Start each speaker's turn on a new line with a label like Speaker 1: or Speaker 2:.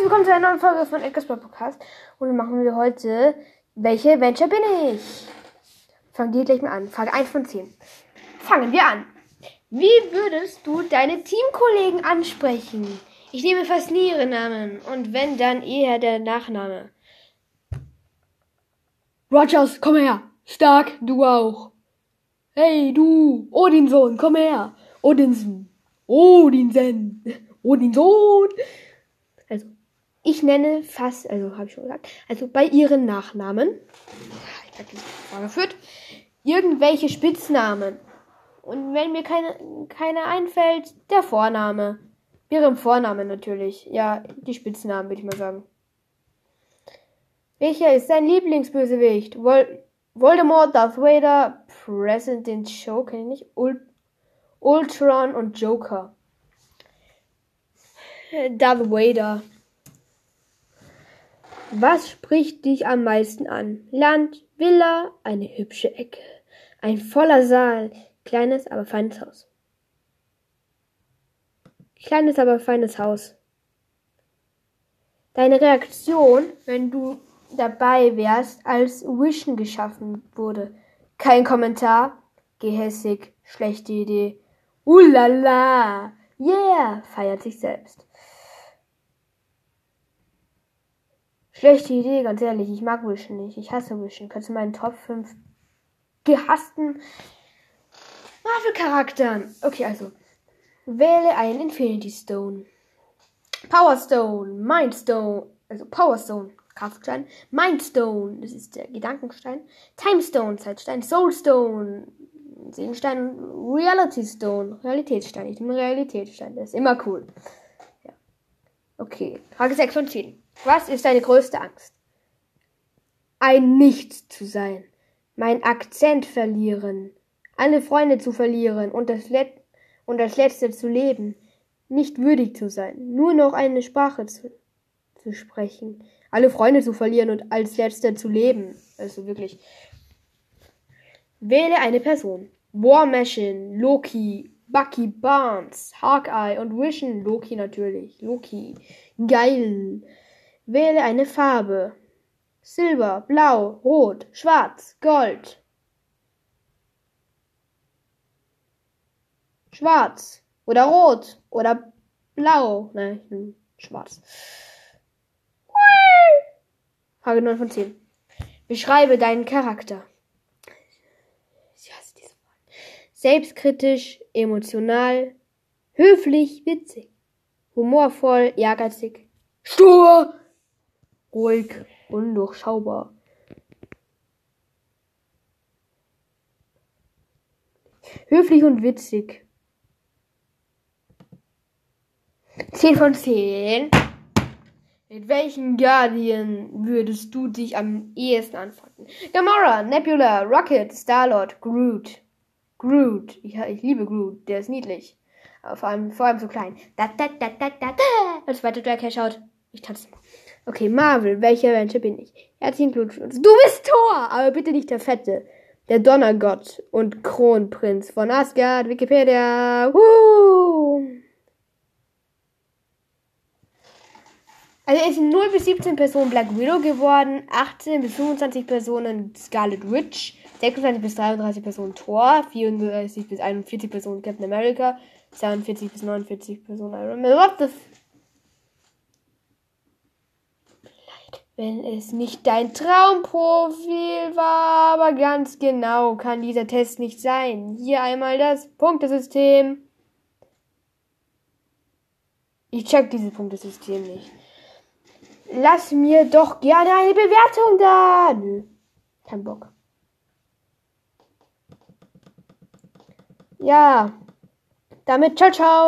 Speaker 1: Herzlich willkommen zu einer neuen Folge von Edgar's Podcast. Und machen wir heute, welche Adventure bin ich? Fangen wir gleich mal an. Frage 1 von 10. Fangen wir an. Wie würdest du deine Teamkollegen ansprechen? Ich nehme fast nie ihre Namen. Und wenn, dann eher der Nachname. Rogers, komm her. Stark, du auch. Hey, du, Odinsohn, komm her. Odinson. Odinson. Also, ich nenne fast, also habe ich schon gesagt, also bei ihren Nachnamen, ich habe die Frage geführt, irgendwelche Spitznamen. Und wenn mir keine einfällt, der Vorname. Ihrem Vornamen natürlich. Ja, die Spitznamen, würde ich mal sagen. Welcher ist dein Lieblingsbösewicht? Voldemort, Darth Vader, President Show, kenne ich nicht, Ultron und Joker. Darth Vader. Was spricht dich am meisten an? Land, Villa, eine hübsche Ecke, ein voller Saal, kleines, aber feines Haus. Kleines, aber feines Haus. Deine Reaktion, wenn du dabei wärst, als Vision geschaffen wurde. Kein Kommentar, gehässig, schlechte Idee. Ulala, yeah, feiert sich selbst. Schlechte Idee, ganz ehrlich. Ich mag Vision nicht. Ich hasse Vision. Kannst du meinen Top 5 gehassten Marvel-Charakteren? Okay, also. Wähle einen Infinity Stone. Power Stone. Mind Stone. Also Power Stone. Kraftstein. Mind Stone. Das ist der Gedankenstein. Time Stone. Zeitstein. Soul Stone. Seelenstein. Reality Stone. Realitätsstein. Ich nehme Realitätsstein. Das ist immer cool. Ja. Okay. Frage 6 von 10. Was ist deine größte Angst? Ein Nichts zu sein. Mein Akzent verlieren. Alle Freunde zu verlieren und das Letzte zu leben. Nicht würdig zu sein. Nur noch eine Sprache zu sprechen. Alle Freunde zu verlieren und als Letzter zu leben. Also wirklich. Wähle eine Person. War Machine, Loki, Bucky Barnes, Hawkeye und Vision. Loki natürlich. Loki. Geil. Wähle eine Farbe. Silber, Blau, Rot, Schwarz, Gold. Schwarz. Oder Rot. Oder Blau. Nein, Schwarz. Frage 9 von 10. Beschreibe deinen Charakter. Ich hasse diese Frage. Selbstkritisch, emotional, höflich, witzig, humorvoll, ehrgeizig, stur, ruhig, undurchschaubar. Höflich und witzig. 10 von 10. Mit welchen Guardian würdest du dich am ehesten anfreunden? Gamora, Nebula, Rocket, Star-Lord, Groot. Groot. Ich liebe Groot. Der ist niedlich. Aber vor allem so klein. Als weiter der Cash schaut. Ich tanze mal. Okay, Marvel. Welcher Adventure bin ich? Herzlichen Glückwunsch. Du bist Thor! Aber bitte nicht der Fette. Der Donnergott und Kronprinz von Asgard. Wikipedia. Also es sind 0 bis 17 Personen Black Widow geworden, 18 bis 25 Personen Scarlet Witch, 26 bis 33 Personen Thor, 34 bis 41 Personen Captain America, 42 bis 49 Personen Iron Man. What the Wenn es nicht dein Traumprofil war, aber ganz genau kann dieser Test nicht sein. Hier einmal das Punktesystem. Ich check dieses Punktesystem nicht. Lass mir doch gerne eine Bewertung da. Nö, kein Bock. Ja, damit ciao, ciao.